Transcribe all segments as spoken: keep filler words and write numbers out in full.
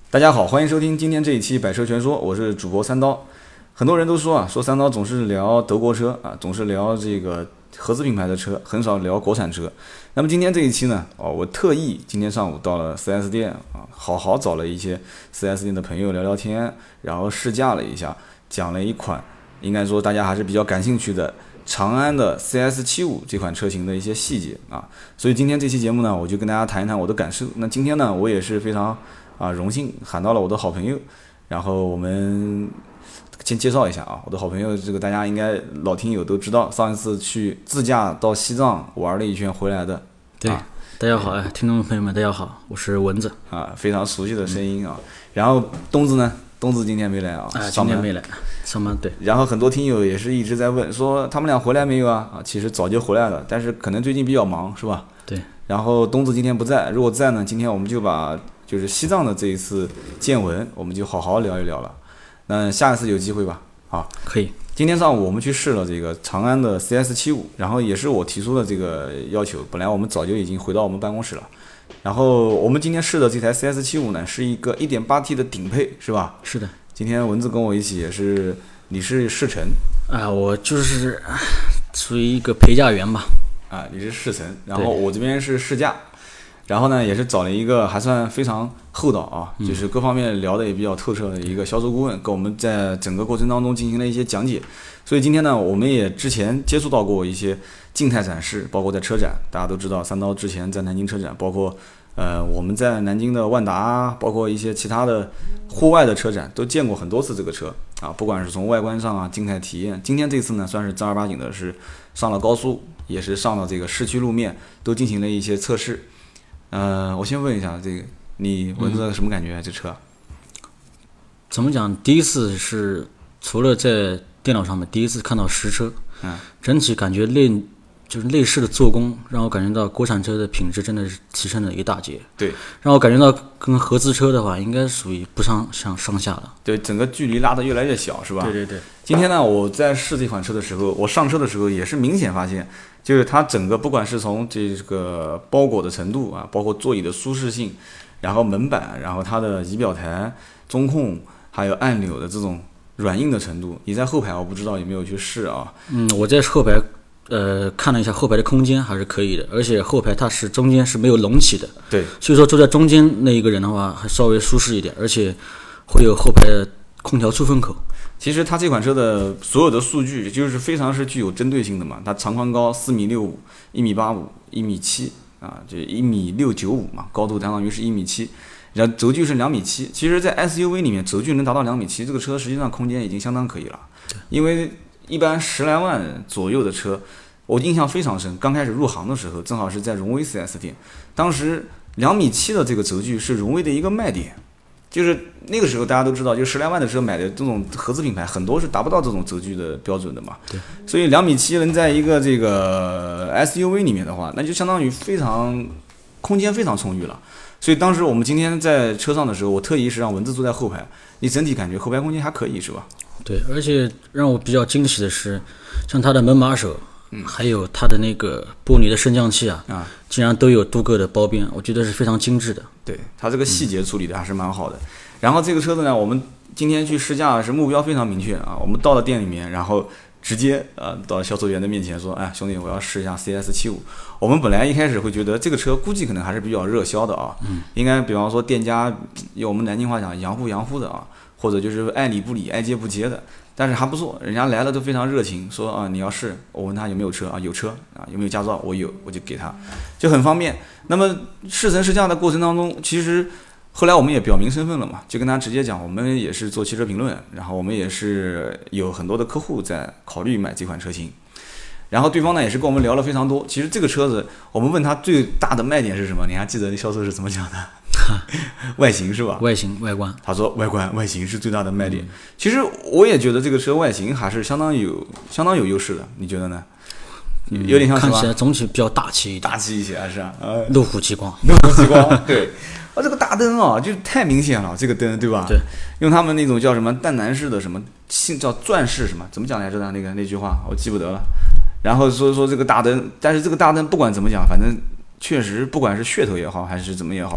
大家好，欢迎收听今天这一期百车全说，我是主播三刀。很多人都说啊，说三刀总是聊德国车啊，总是聊这个合资品牌的车，很少聊国产车。那么今天这一期呢，哦，我特意今天上午到了 四 S 店啊，好好找了一些 四 S 店的朋友聊聊天，然后试驾了一下，讲了一款应该说大家还是比较感兴趣的长安的 C S 七十五 这款车型的一些细节啊。所以今天这期节目呢，我就跟大家谈一谈我的感受。那今天呢，我也是非常啊荣幸喊到了我的好朋友，然后我们先介绍一下啊，我的好朋友，这个大家应该老听友都知道，上一次去自驾到西藏玩了一圈回来的。 对，啊、大家好，哎，听众朋友们，大家好，我是蚊子啊，非常熟悉的声音啊。嗯、然后东子呢，东子今天没来啊， 啊，今天没来，上班对。 然后很多听友也是一直在问，说他们俩回来没有啊？啊，其实早就回来了，但是可能最近比较忙，是吧？ 对。 然后东子今天不在，如果在呢，今天我们就把就是西藏的这一次见闻，我们就好好聊一聊了。那下一次有机会吧，好， 可以。 今天上午我们去试了这个长安的 C S 七十五，然后也是我提出的这个要求。本来我们早就已经回到我们办公室了，然后我们今天试的这台 C S 七十五呢，是一个 一点八 T 的顶配，是吧？ 是的。 今天蚊子跟我一起也是，你是试乘啊，我就是属于一个陪驾员吧。 啊，你是试乘，然后我这边是试驾。然后呢，也是找了一个还算非常厚道啊，就是各方面聊的也比较透彻的一个销售顾问，跟我们在整个过程当中进行了一些讲解。所以今天呢，我们也之前接触到过一些静态展示，包括在车展，大家都知道三刀之前在南京车展，包括呃我们在南京的万达，包括一些其他的户外的车展，都见过很多次这个车啊，不管是从外观上啊，静态体验。今天这次呢，算是正儿八经的是上了高速，也是上了这个市区路面，都进行了一些测试。呃，我先问一下，这个你闻着什么感觉啊？嗯、这车怎么讲？第一次是除了在电脑上面第一次看到实车， 嗯， 整体感觉内就是内饰的做工，让我感觉到国产车的品质真的是提升了一大截。 对， 让我感觉到跟合资车的话，应该属于不上上上下了。 对，整个距离拉得越来越小，是吧？ 对对对。 今天呢，我在试这款车的时候，我上车的时候也是明显发现。就是它整个不管是从这个包裹的程度啊，包括座椅的舒适性，然后门板，然后它的仪表台、中控，还有按钮的这种软硬的程度，你在后排我不知道有没有去试啊？ 嗯，我在后排呃看了一下后排的空间还是可以的，而且后排它是中间是没有隆起的， 对， 所以说坐在中间那一个人的话还稍微舒适一点，而且会有后排的空调出风口。 其实它这款车的所有的数据就是非常是具有针对性的嘛，它长宽高四米六五、一米八五、一米七啊，就一米六九五嘛，高度相当于是一米七，然后轴距是两米七。其实，在 S U V 里面，轴距能达到两米七，这个车实际上空间已经相当可以了。因为一般十来万左右的车，我印象非常深。刚开始入行的时候，正好是在荣威 四 S 店，当时两米七的这个轴距是荣威的一个卖点。就是那个时候大家都知道，就十来万的车买的这种合资品牌，很多是达不到这种轴距的标准的嘛。 对。 所以两米七能在一个这个 S U V 里面的话，那就相当于非常空间非常充裕了。所以当时我们今天在车上的时候，我特意是让文字坐在后排，你整体感觉后排空间还可以，是吧？ 对，而且让我比较惊喜的是，像它的门把手。嗯，还有它的那个玻璃的升降器啊，啊，竟然都有镀铬的包边，我觉得是非常精致的。 对，它这个细节处理的还是蛮好的。嗯、然后这个车子呢，我们今天去试驾是目标非常明确啊，我们到了店里面，然后直接呃到销售员的面前说，哎，兄弟，我要试一下 C S 七十五。我们本来一开始会觉得这个车估计可能还是比较热销的啊，嗯，应该比方说店家用我们南京话讲洋乎洋乎的啊，或者就是爱理不理、爱接不接的。但是还不错，人家来了都非常热情，说啊你要试，我问他有没有车啊，有车啊，有没有驾照，我有，我就给他，就很方便。那么试乘试驾的过程当中，其实后来我们也表明身份了嘛，就跟他直接讲，我们也是做汽车评论，然后我们也是有很多的客户在考虑买这款车型。然后对方呢也是跟我们聊了非常多。其实这个车子，我们问他最大的卖点是什么？你还记得那销售是怎么讲的？外形是吧？ 外形外观， 他说外观外形是最大的卖点。嗯、其实我也觉得这个车外形还是相当有相当有优势的，你觉得呢？有点像什么？ 看起来总体比较大气一点， 大气一些是吧？呃， 路虎极光， 路虎极光，对。啊，这个大灯啊，就太明显了，这个灯对吧？ 对。 用他们那种叫什么淡蓝式的什么，叫钻石什么，怎么讲来着的？那个那句话我记不得了。然后说说这个大灯，但是这个大灯不管怎么讲，反正确实不管是噱头也好，还是怎么也好。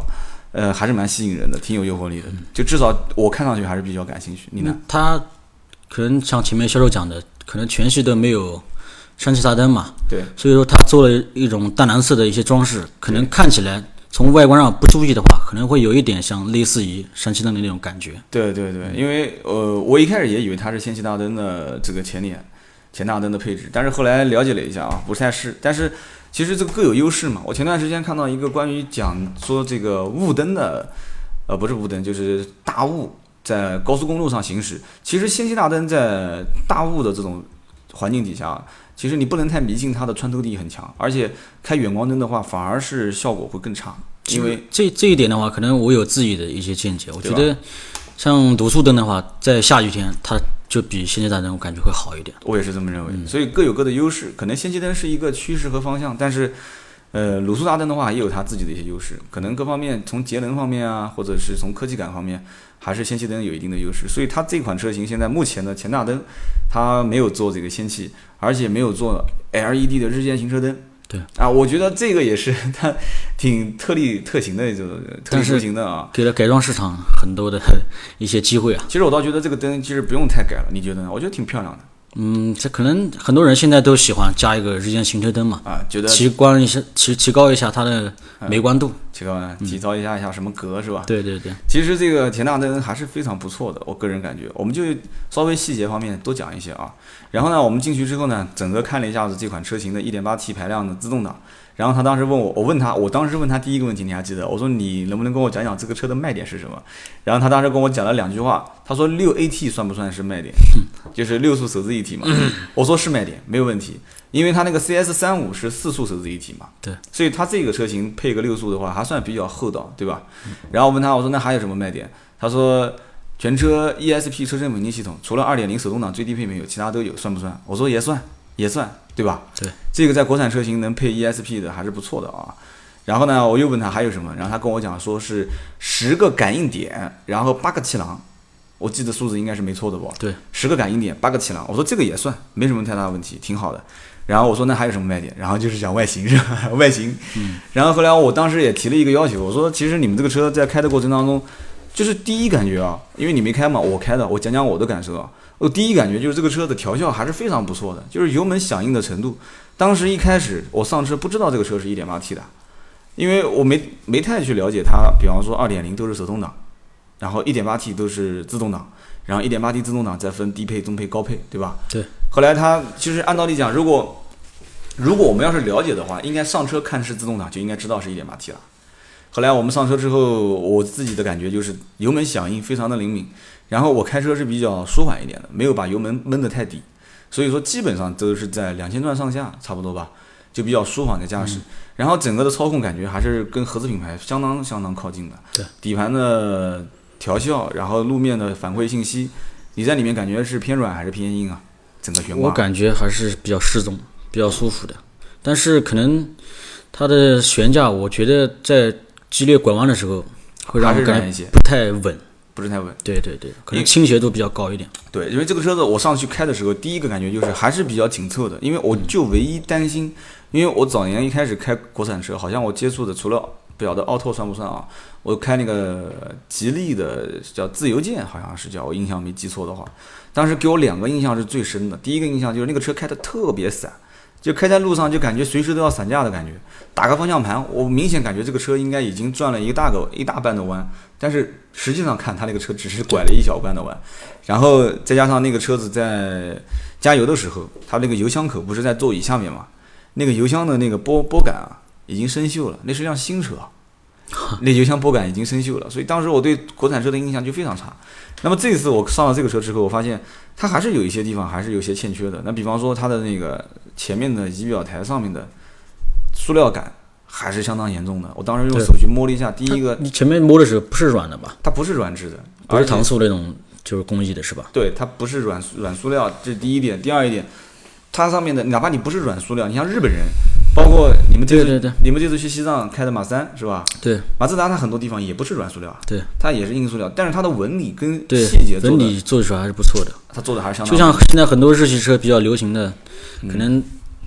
呃，还是蛮吸引人的，挺有诱惑力的。就至少我看上去还是比较感兴趣。你呢？ 它可能像前面销售讲的，可能全系都没有氙气大灯嘛， 对， 所以说它做了一种淡蓝色的一些装饰，可能看起来从外观上不注意的话，可能会有一点像类似于氙气灯的那种感觉。 对对对，因为呃，我一开始也以为它是氙气大灯的这个前脸前大灯的配置，但是后来了解了一下啊，不太是。但是其实这个各有优势嘛。我前段时间看到一个关于讲说这个雾灯的，呃，不是雾灯，就是大雾在高速公路上行驶。其实氙气大灯在大雾的这种环境底下，其实你不能太迷信它的穿透力很强，而且开远光灯的话，反而是效果会更差。因为这这一点的话，可能我有自己的一些见解。我觉得像卤素灯的话，在下雨天它就比氙气大灯我感觉会好一点。 我也是这么认为，所以各有各的优势。可能氙气灯是一个趋势和方向，但是呃，卤素大灯的话也有它自己的一些优势，可能各方面从节能方面啊，或者是从科技感方面，还是氙气灯有一定的优势。所以它这款车型现在目前的前大灯，它没有做这个氙气，而且没有做 L E D 的日间行车灯。 对啊，我觉得这个也是它挺特立特行的，这种特立独行的啊， 给了改装市场很多的一些机会啊。 其实我倒觉得这个灯其实不用太改了，你觉得呢？我觉得挺漂亮的。 嗯，这可能很多人现在都喜欢加一个日间行车灯嘛， 啊，觉得提高一下，提提高一下它的美观度， 提高提高一下一下什么格是吧？ 对对对。 其实这个前大灯还是非常不错的，我个人感觉，我们就稍微细节方面多讲一些啊。然后呢，我们进去之后呢，整个看了一下子这款车型的 一点八 T 排量的自动挡。然后他当时问我，我问他，我当时问他第一个问题你还记得？我说你能不能跟我讲讲这个车的卖点是什么？然后他当时跟我讲了两句话，他说六 A T 算不算是卖点？就是六速手自一体嘛。我说是卖点，没有问题，因为他那个 C S 三十五 是四速手自一体嘛。 对， 所以他这个车型配个六速的话，还算比较厚道，对吧？然后我问他，我说那还有什么卖点？他说全车 E S P 车身稳定系统，除了 二点零 手动挡最低配没有，其他都有，算不算？我说也算，也算。对吧？ 对， 这个在国产车型能配 E S P 的还是不错的啊。然后呢，我又问他还有什么，然后他跟我讲说是十个感应点，然后八个气囊，我记得数字应该是没错的不？ 对， 十个感应点，八个气囊，我说这个也算，没什么太大问题，挺好的。然后我说那还有什么卖点？然后就是讲外形是吧？外形。嗯。然后后来我当时也提了一个要求，我说其实你们这个车在开的过程当中，就是第一感觉啊，因为你没开嘛，我开的，我讲讲我的感受啊。我第一感觉就是这个车的调校还是非常不错的，就是油门响应的程度。当时一开始我上车不知道这个车是 一点八 T 的，因为我没没太去了解它，比方说 二点零 都是手动挡，然后 一点八 T 都是自动挡，然后 一点八 T 自动挡再分低配、中配、高配，对吧？ 对。 后来它其实按道理讲，如果如果我们要是了解的话，应该上车看是自动挡就应该知道是 一点八 T 了。后来我们上车之后，我自己的感觉就是油门响应非常的灵敏。然后我开车是比较舒缓一点的，没有把油门闷得太低，所以说基本上都是在两千转上下，差不多吧，就比较舒缓的驾驶。嗯、然后整个的操控感觉还是跟合资品牌相当相当靠近的。 对， 底盘的调校，然后路面的反馈信息，你在里面感觉是偏软还是偏硬啊？整个悬挂我感觉还是比较适中，比较舒服的。但是可能它的悬架，我觉得在激烈拐弯的时候会让我感觉不太稳。 不是太稳， 对对对，可能倾斜度比较高一点。 对，因为这个车子我上去开的时候，第一个感觉就是还是比较紧凑的，因为我就唯一担心，因为我早年一开始开国产车，好像我接触的除了不晓得奥拓算不算啊，我开那个吉利的叫自由舰，好像是叫，我印象没记错的话，当时给我两个印象是最深的，第一个印象就是那个车开得特别散。就开在路上就感觉随时都要散架的感觉，打个方向盘，我明显感觉这个车应该已经转了一大个一大半的弯，但是实际上看它那个车只是拐了一小半的弯，然后再加上那个车子在加油的时候，它那个油箱口不是在座椅下面嘛，那个油箱的那个拨拨杆啊已经生锈了，那是辆新车，那油箱拨杆已经生锈了，所以当时我对国产车的印象就非常差。那么这次我上了这个车之后，我发现它还是有一些地方还是有些欠缺的。那比方说它的那个前面的仪表台上面的塑料感还是相当严重的。我当时用手去摸了一下，第一个你前面摸的时候不是软的吧？ 它不是软质的， 不是搪塑那种就是工艺的是吧？ 对，它不是软软塑料，这是第一点。第二一点，它上面的哪怕你不是软塑料，你像日本人。包括你们这次， 对对对， 你们这次去西藏开的马三是吧？ 对， 马自达它很多地方也不是软塑料， 对， 它也是硬塑料，但是它的纹理跟细节纹理做出来还是不错的。 它做的还是相当。 就像现在很多日系车比较流行的，嗯、可能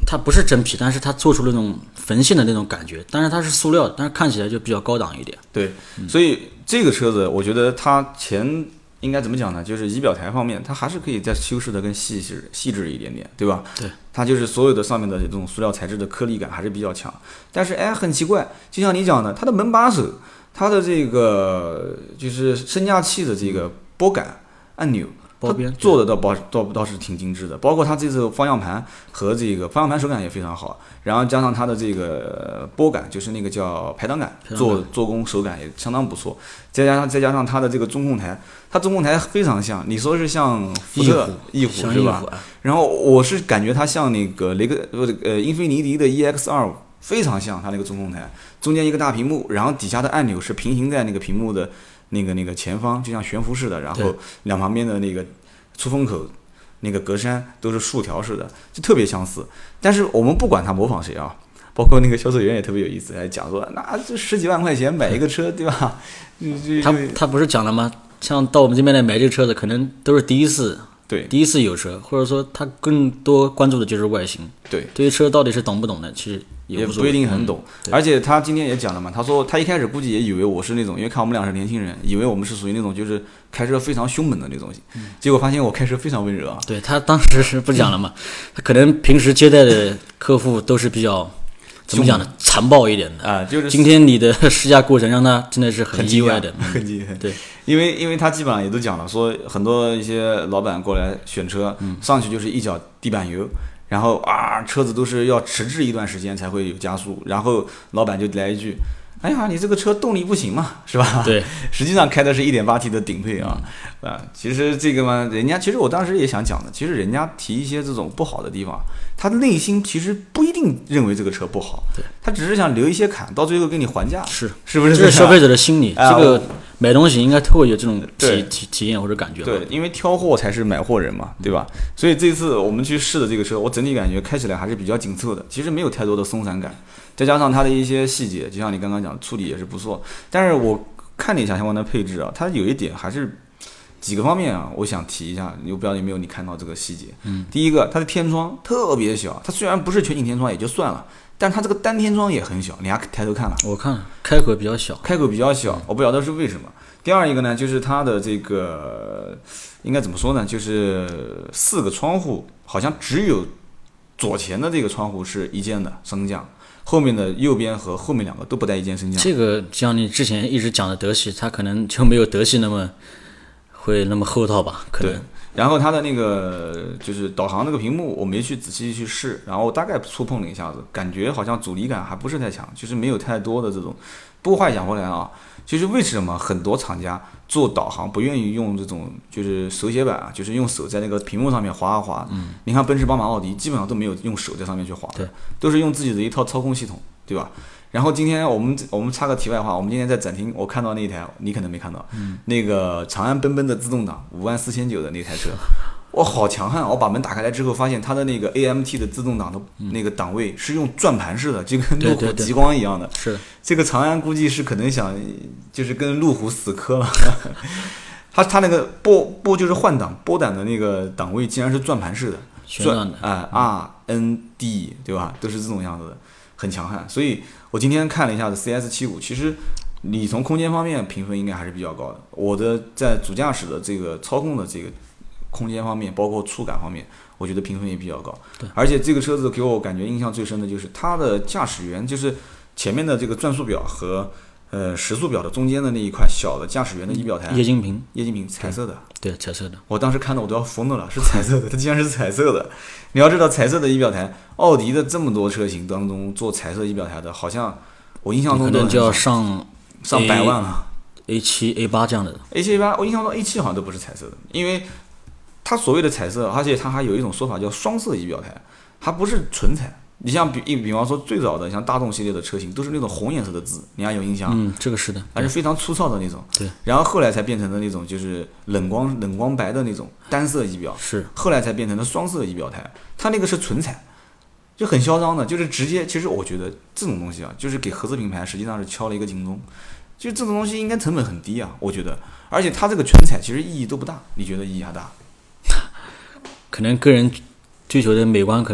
它不是真皮，但是它做出了那种缝线的那种感觉，但是它是塑料的，但是看起来就比较高档一点。 对，嗯、所以这个车子我觉得它前应该怎么讲呢？就是仪表台方面，它还是可以再修饰的更细致细致一点点，对吧？ 对， 它就是所有的上面的这种塑料材质的颗粒感还是比较强。但是哎，很奇怪，就像你讲的，它的门把手，它的这个就是升降器的这个拨杆按钮。它做的倒包倒倒是挺精致的，包括它这次方向盘和这个方向盘手感也非常好，然后加上它的这个拨杆，就是那个叫排挡杆，做做工手感也相当不错，再加上再加上它的这个中控台，它中控台非常像，你说是像福特翼虎是吧？然后我是感觉它像那个雷克呃英菲尼迪的 E X 二五，非常像它那个中控台，中间一个大屏幕，然后底下的按钮是平行在那个屏幕的。那个那个前方就像悬浮式的，然后两旁边的那个出风口那个格栅都是竖条式的，就特别相似。但是我们不管他模仿谁啊，包括那个销售员也特别有意思，还讲说那这十几万块钱买一个车，对吧？ 他他不是讲了吗？像到我们这边来买这个车的，可能都是第一次。 对， 第一次有车，或者说他更多关注的就是外形。 对， 对于车到底是懂不懂的，其实也不一定很懂。嗯、而且他今天也讲了嘛，他说他一开始估计也以为我是那种，因为看我们俩是年轻人，以为我们是属于那种就是开车非常凶猛的那种，嗯、结果发现我开车非常温柔啊。 对，他当时是不讲了嘛，他可能平时接待的客户都是比较。怎么讲呢？残暴一点的啊，就是今天你的试驾过程让他真的是很意外的， 很意外。 对， 因为因为他基本上也都讲了，说很多一些老板过来选车，嗯、上去就是一脚地板油，然后啊，车子都是要迟滞一段时间才会有加速，然后老板就来一句。哎呀，你这个车动力不行嘛，是吧？ 对， 实际上开的是 一点八 T 的顶配啊，嗯、啊，其实这个嘛，人家其实我当时也想讲的，其实人家提一些这种不好的地方，他的内心其实不一定认为这个车不好， 对， 他只是想留一些坎，到最后给你还价， 是是不是？ 这是消费者的心理，啊、这个买东西应该都会有这种体体体验或者感觉。 对，因为挑货才是买货人嘛，对吧？所以这次我们去试的这个车，我整体感觉开起来还是比较紧凑的，其实没有太多的松散感。再加上它的一些细节，就像你刚刚讲，处理也是不错。但是我看了一下相关的配置啊，它有一点还是几个方面啊，我想提一下，我不知道有没有你看到这个细节。 嗯， 第一个，它的天窗特别小，它虽然不是全景天窗也就算了，但它这个单天窗也很小。你还抬头看了？ 我看了，开口比较小， 开口比较小，我不晓得是为什么。第二一个呢，就是它的这个应该怎么说呢？就是四个窗户好像只有左前的这个窗户是一键的升降。后面的右边和后面两个都不带一键升降。 这个像你之前一直讲的德系，它可能就没有德系那么会那么厚道吧？可能。 对。然后它的那个就是导航那个屏幕，我没去仔细去试，然后大概触碰了一下子，感觉好像阻尼感还不是太强，就是没有太多的这种。不过话讲回来啊，其实为什么很多厂家做导航不愿意用这种就是手写板啊，就是用手在那个屏幕上面划一划？ 嗯， 你看奔驰、宝马、奥迪基本上都没有用手在上面去划的，都是用自己的一套操控系统，对吧？然后今天我们我们插个题外话，我们今天在展厅我看到那一台，你可能没看到， 嗯， 那个长安奔奔的自动挡五万四千九的那台车，哇，好强悍！我把门打开来之后，发现它的那个 A M T 的自动挡的那个档位是用转盘式的，就跟路虎极光一样的。 是这个长安估计是可能想就是跟路虎死磕了。它它那个拨拨就是换挡拨档的那个档位竟然是转盘式的， 旋转的， 哎、呃、R N D 对吧？都是这种样子的，很强悍。所以我今天看了一下子 C S 七五，其实你从空间方面评分应该还是比较高的。我的在主驾驶的这个操控的这个空间方面，包括触感方面，我觉得评分也比较高。 对， 而且这个车子给我感觉印象最深的就是它的驾驶员，就是前面的这个转速表和呃时速表的中间的那一块小的驾驶员的仪表台， 液晶屏， 液晶屏彩色的， 对，彩色的。 我当时看到我都要疯了，是彩色的，它竟然是彩色的。你要知道，彩色的仪表台，奥迪的这么多车型当中做彩色仪表台的，好像我印象中可能就要上上百万了。 A 七、A 八这样的。 A 七、A 八，我印象中 A 七好像都不是彩色的，因为它所谓的彩色，而且它还有一种说法叫双色仪表台，它不是纯彩。你像比比方说最早的像大众系列的车型都是那种红颜色的字，你还有印象？ 嗯，这个是的， 还是非常粗糙的那种。 对。 然后后来才变成了那种就是冷光冷光白的那种单色仪表， 是。 后来才变成了双色仪表台，它那个是纯彩，就很嚣张的，就是直接。其实我觉得这种东西啊，就是给合资品牌实际上是敲了一个警钟，就这种东西应该成本很低啊，我觉得。而且它这个全彩其实意义都不大，你觉得意义还大？ 可能个人追求的美观可能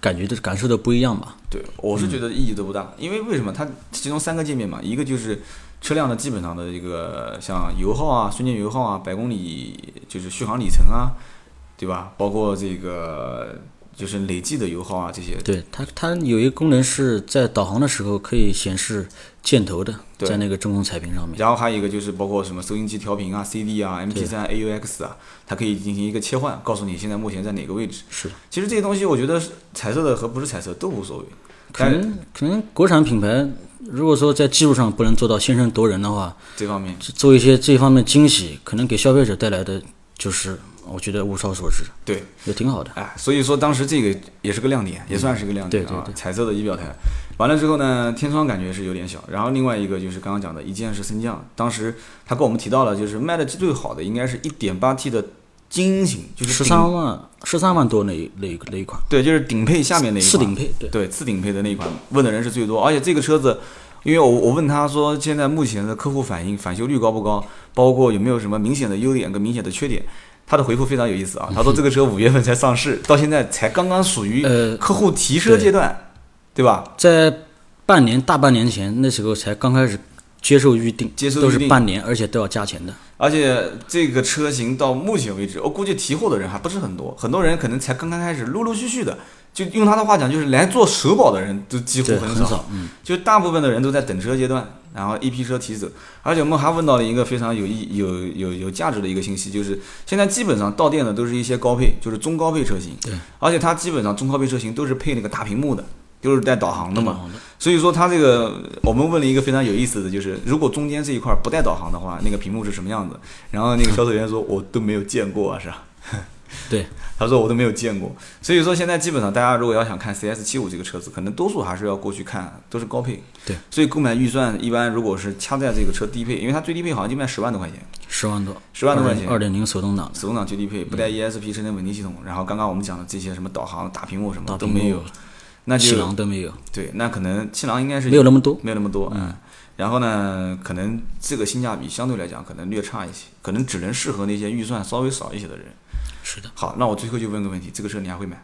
感觉的感受都不一样吧。 对，我是觉得意义都不大，嗯、因为为什么？它其中三个界面嘛，一个就是车辆的基本上的一个像油耗啊、瞬间油耗啊、百公里就是续航里程啊，对吧？包括这个就是累计的油耗啊这些。 对，它它有一个功能是在导航的时候可以显示箭头的，在那个中控彩屏上面。 然后还有一个就是包括什么收音机调频啊、C D 啊、M P 三、A U X 啊，它可以进行一个切换，告诉你现在目前在哪个位置。 是。 其实这些东西我觉得彩色的和不是彩色都无所谓。 可能可能国产品牌如果说在技术上不能做到先声夺人的话， 这方面做一些这方面惊喜，可能给消费者带来的就是我觉得物超所值。 对， 也挺好的。 哎，所以说当时这个也是个亮点，也算是个亮点、嗯、 对对对， 彩色的仪表台。完了之后呢，天窗感觉是有点小，然后另外一个就是刚刚讲的一键式升降，当时他跟我们提到了，就是卖的最好的应该是 一点八 T 的精英型，就是十三万十三万多那一那一那一款。 对，就是顶配下面那一款， 次顶配，对对，次顶配的那一款问的人是最多，而且这个车子，因为我我问他说现在目前的客户反应返修率高不高，包括有没有什么明显的优点跟明显的缺点。他的回复非常有意思啊，他说这个车五月份才上市，到现在才刚刚属于客户提车阶段，呃、对, 对吧？ 在半年大半年前，那时候才刚开始接受预定， 接受都是半年，而且都要加钱的。 而且这个车型到目前为止，我估计提货的人还不是很多，很多人可能才刚刚开始，陆陆续续的。就用他的话讲，就是来做首保的人都几乎很少， 很少嗯、 就大部分的人都在等车阶段，然后一批车提走。而且我们还问到了一个非常有意有有有价值的一个信息，就是现在基本上到店的都是一些高配，就是中高配车型， 对， 而且它基本上中高配车型都是配那个大屏幕的，都是带导航的嘛。所以说它这个我们问了一个非常有意思的，就是如果中间这一块不带导航的话，那个屏幕是什么样子？然后那个销售员说，我都没有见过啊，是吧？ 对， 他说我都没有见过，所以说现在基本上大家如果要想看 C S 七十五 这个车子，可能多数还是要过去看，都是高配。 对， 所以购买预算一般如果是掐在这个车低配，因为它最低配好像就卖十万多块钱， 十万多， 十万多块钱， 二点零手动挡， 手动挡最低配，不带 E S P 车身稳定系统，然后刚刚我们讲的这些什么导航、大屏幕什么都没有，那就气囊都没有。 对，那可能气囊应该是没有那么多， 没有那么多， 嗯。 然后呢，可能这个性价比相对来讲可能略差一些，可能只能适合那些预算稍微少一些的人。 是的。 好，那我最后就问个问题，这个车你还会买？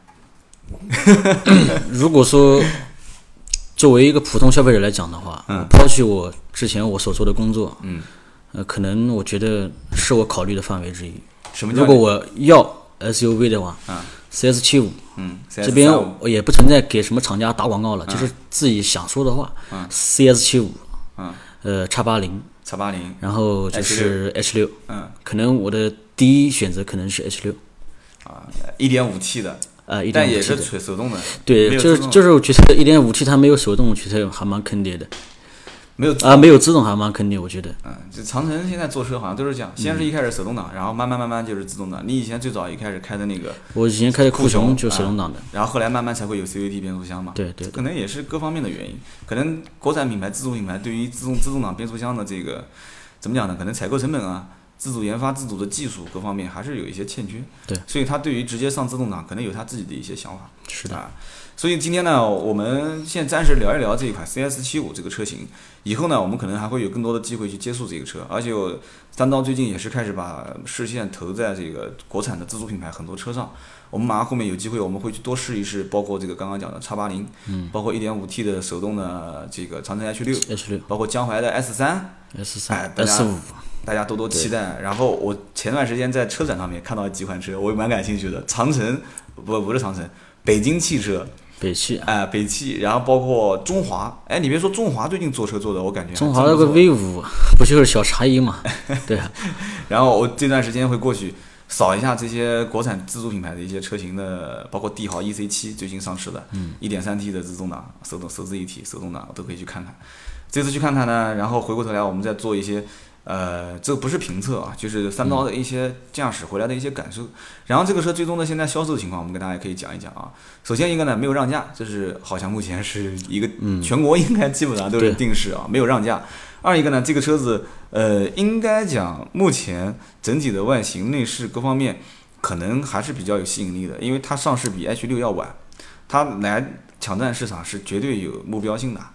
如果说作为一个普通消费者来讲的话， 嗯， 抛弃我之前我所做的工作， 嗯， 呃，可能我觉得是我考虑的范围之一。 什么叫？ 如果我要 S U V 的话， 啊 ，C S 七十五， 嗯， 这边我也不存在给什么厂家打广告了， 嗯、 就是自己想说的话， 嗯 ，C S 七十五， 嗯， 呃，叉八零， 叉八零， 然后就是 H 六， 嗯， 可能我的第一选择可能是 H 六。 啊，一点五 T 的， 呃， 但也是纯手动的。 对，就是就是我觉得一点五 T 它没有手动，我觉得还蛮坑爹的。 没有啊，没有自动还蛮坑爹，我觉得。 嗯，这长城现在做车好像都是这样，先是一开始手动挡，然后慢慢慢慢就是自动挡。你以前最早一开始开的那个， 我以前开的酷熊就手动挡的、 啊，然后后来慢慢才会有 C V T 变速箱嘛。 对 对, 对。 可能也是各方面的原因，可能国产品牌、自主品牌对于自动自动挡变速箱的这个怎么讲呢？可能采购成本啊。自主研发、自主的技术各方面还是有一些欠缺， 对， 所以他对于直接上自动挡可能有他自己的一些想法， 是的。 啊、所以今天呢，我们现在暂时聊一聊这一款 C S 七十五 这个车型，以后呢，我们可能还会有更多的机会去接触这个车，而且我三刀最近也是开始把视线投在这个国产的自主品牌很多车上，我们马上后面有机会我们会去多试一试，包括这个刚刚讲的叉八零， 嗯， 包括 一点五 T 的手动的这个长城 H 六 H 六， 包括江淮的 S 三 S 三、 哎、 S 五。 大家多多期待。然后我前段时间在车展上面看到几款车，我也蛮感兴趣的。长城不不是长城，北京汽车， 北汽， 哎、呃，北汽，然后包括中华，哎，你别说中华最近做车做的，我感觉中华那个 V 五不就是小茶一嘛？对啊。 然后我这段时间会过去扫一下这些国产自主品牌的一些车型的，包括帝豪 E C 七 最近上市的， 嗯， 一点三 T 的自动挡，手动手自一体手动挡，我都可以去看看。这次去看看呢，然后回过头来我们再做一些。呃，这个不是评测啊，就是三刀的一些驾驶回来的一些感受。嗯、然后这个车最终的现在销售情况，我们跟大家也可以讲一讲啊。首先一个呢，没有让价，这是好像目前是一个全国应该基本上都是定式啊，没有让价。二一个呢，这个车子呃，应该讲目前整体的外形、内饰各方面可能还是比较有吸引力的，因为它上市比 H 六要晚，它来抢占市场是绝对有目标性的。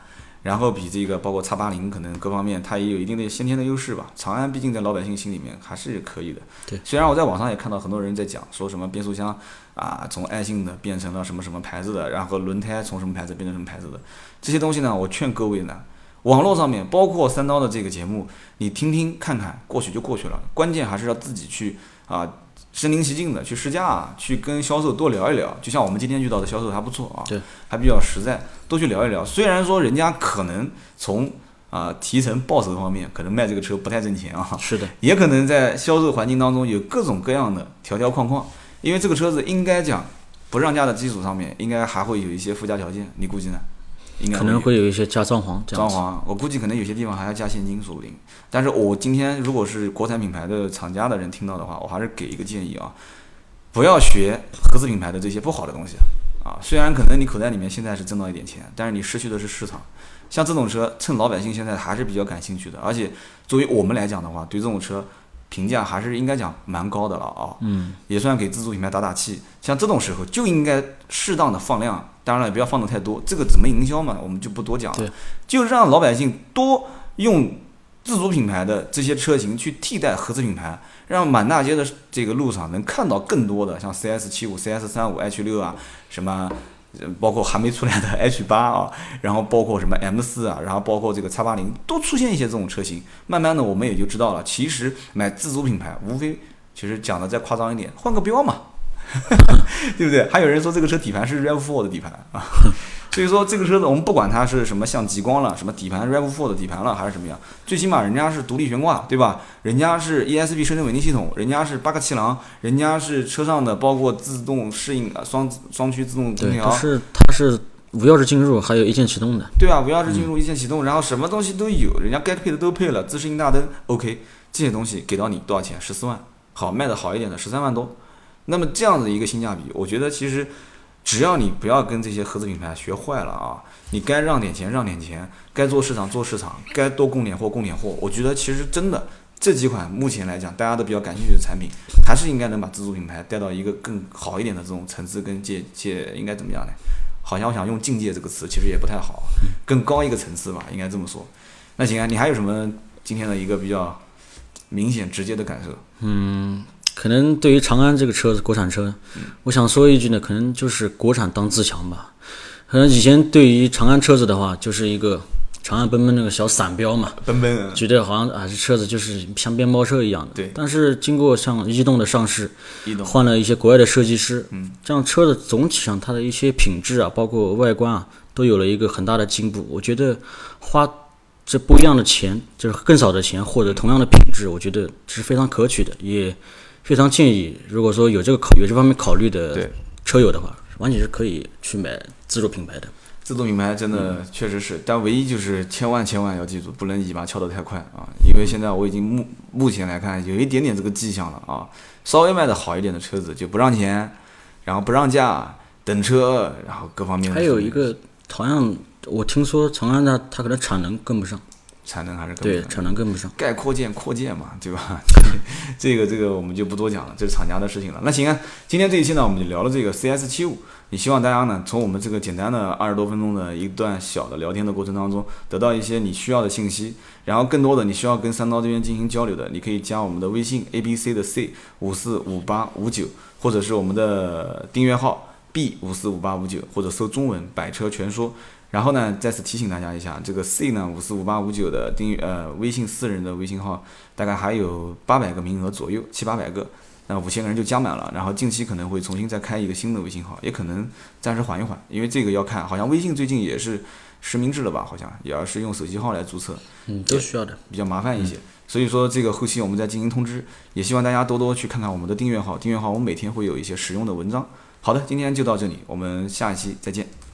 然后比这个包括 X 八十可能各方面它也有一定的先天的优势吧。长安毕竟在老百姓心里面还是可以的。 对， 虽然我在网上也看到很多人在讲说什么变速箱啊从爱信的变成了什么什么牌子的，然后轮胎从什么牌子变成什么牌子的，这些东西呢，我劝各位呢，网络上面包括三刀的这个节目，你听听看看，过去就过去了，关键还是要自己去啊。身临其境的去试驾、啊，去跟销售多聊一聊，就像我们今天遇到的销售还不错啊， 对， 还比较实在，多去聊一聊。虽然说人家可能从啊、呃、提成报酬方面，可能卖这个车不太挣钱啊， 是的， 也可能在销售环境当中有各种各样的条条框框。因为这个车子应该讲不让价的基础上面，应该还会有一些附加条件，你估计呢？应该可能会有一些加装潢， 装潢，我估计可能有些地方还要加现金，说不定。但是我今天如果是国产品牌的厂家的人听到的话，我还是给一个建议啊，不要学合资品牌的这些不好的东西啊。虽然可能你口袋里面现在是挣到一点钱，但是你失去的是市场。像这种车，趁老百姓现在还是比较感兴趣的，而且作为我们来讲的话，对这种车评价还是应该讲蛮高的了啊， 嗯， 也算给自主品牌打打气。像这种时候就应该适当的放量，当然了，也不要放的太多。这个怎么营销嘛，我们就不多讲了，就让老百姓多用自主品牌的这些车型去替代合资品牌，让满大街的这个路上能看到更多的像 C S 七十五、C S 三十五、H 六 啊，什么。包括还没出来的 H 八 啊，然后包括什么 M 四 啊，然后包括这个 X 八十，都出现一些这种车型。慢慢的，我们也就知道了，其实买自主品牌，无非其实讲的再夸张一点，换个标嘛，对不对？还有人说这个车底盘是 R A V 四 的底盘啊，所以说这个车子我们不管它是什么像极光了，什么底盘 R A V 四 的底盘了，还是什么样，最起码人家是独立悬挂，对吧？人家是 E S P 车身稳定系统，人家是八个气囊，人家是车上的包括自动适应啊双双区自动空调， 对，是它是无钥匙进入，还有一键启动的， 对啊，无钥匙进入一键启动，然后什么东西都有，人家该配的都配了，自适应大灯 OK， 这些东西给到你多少钱？十四万，好卖的好一点的十三万多。那么这样的一个性价比，我觉得其实只要你不要跟这些合资品牌学坏了啊，你该让点钱让点钱，该做市场做市场，该多供点货供点货。我觉得其实真的这几款目前来讲大家都比较感兴趣的产品，还是应该能把自主品牌带到一个更好一点的这种层次跟界界，应该怎么样呢？好像我想用境界这个词，其实也不太好，更高一个层次吧，应该这么说。那行啊，你还有什么今天的一个比较明显直接的感受？ 嗯。可能对于长安这个车子，国产车，我想说一句呢，可能就是国产当自强吧。可能以前对于长安车子的话，就是一个长安奔奔那个小散标嘛， 奔奔， 觉得好像啊，这车子就是像面包车一样的。 对。 但是经过像逸动的上市， 逸动换了一些国外的设计师， 嗯， 这样车子总体上它的一些品质啊，包括外观啊，都有了一个很大的进步。我觉得花这不一样的钱，就是更少的钱获得同样的品质，我觉得是非常可取的，也。非常建议，如果说有这个考有这方面考虑的车友的话，完全是可以去买自主品牌的。 自主品牌真的确实是，嗯、但唯一就是千万千万要记住，不能尾巴翘得太快啊！因为现在我已经目目前来看有一点点这个迹象了啊，稍微卖的好一点的车子就不让钱，然后不让价，等车，然后各方面的。 还有一个好像我听说长安它它可能产能跟不上。 产能还是跟不上，对，产能跟不上， 该扩建扩建嘛，对吧？这个这个我们就不多讲了，这是厂家的事情了。那行啊，今天这一期呢，我们就聊了这个 C S 七十五，也希望大家呢，从我们这个简单的二十多分钟的一段小的聊天的过程当中，得到一些你需要的信息。然后更多的你需要跟三刀这边进行交流的，你可以加我们的微信 A B C 的 C 五四五八五九，或者是我们的订阅号 B 五四五八五九，或者搜中文百车全说。然后呢，再次提醒大家一下，这个 C 呢五四五八五九的订阅呃微信私人的微信号，大概还有八百个名额左右，七八百个，那五千个人就加满了。然后近期可能会重新再开一个新的微信号，也可能暂时缓一缓，因为这个要看，好像微信最近也是实名制了吧？好像也要是用手机号来注册， 嗯，都需要的， 比较麻烦一些。嗯、所以说这个后期我们再进行通知，也希望大家多多去看看我们的订阅号，订阅号我们每天会有一些实用的文章。好的，今天就到这里，我们下一期再见。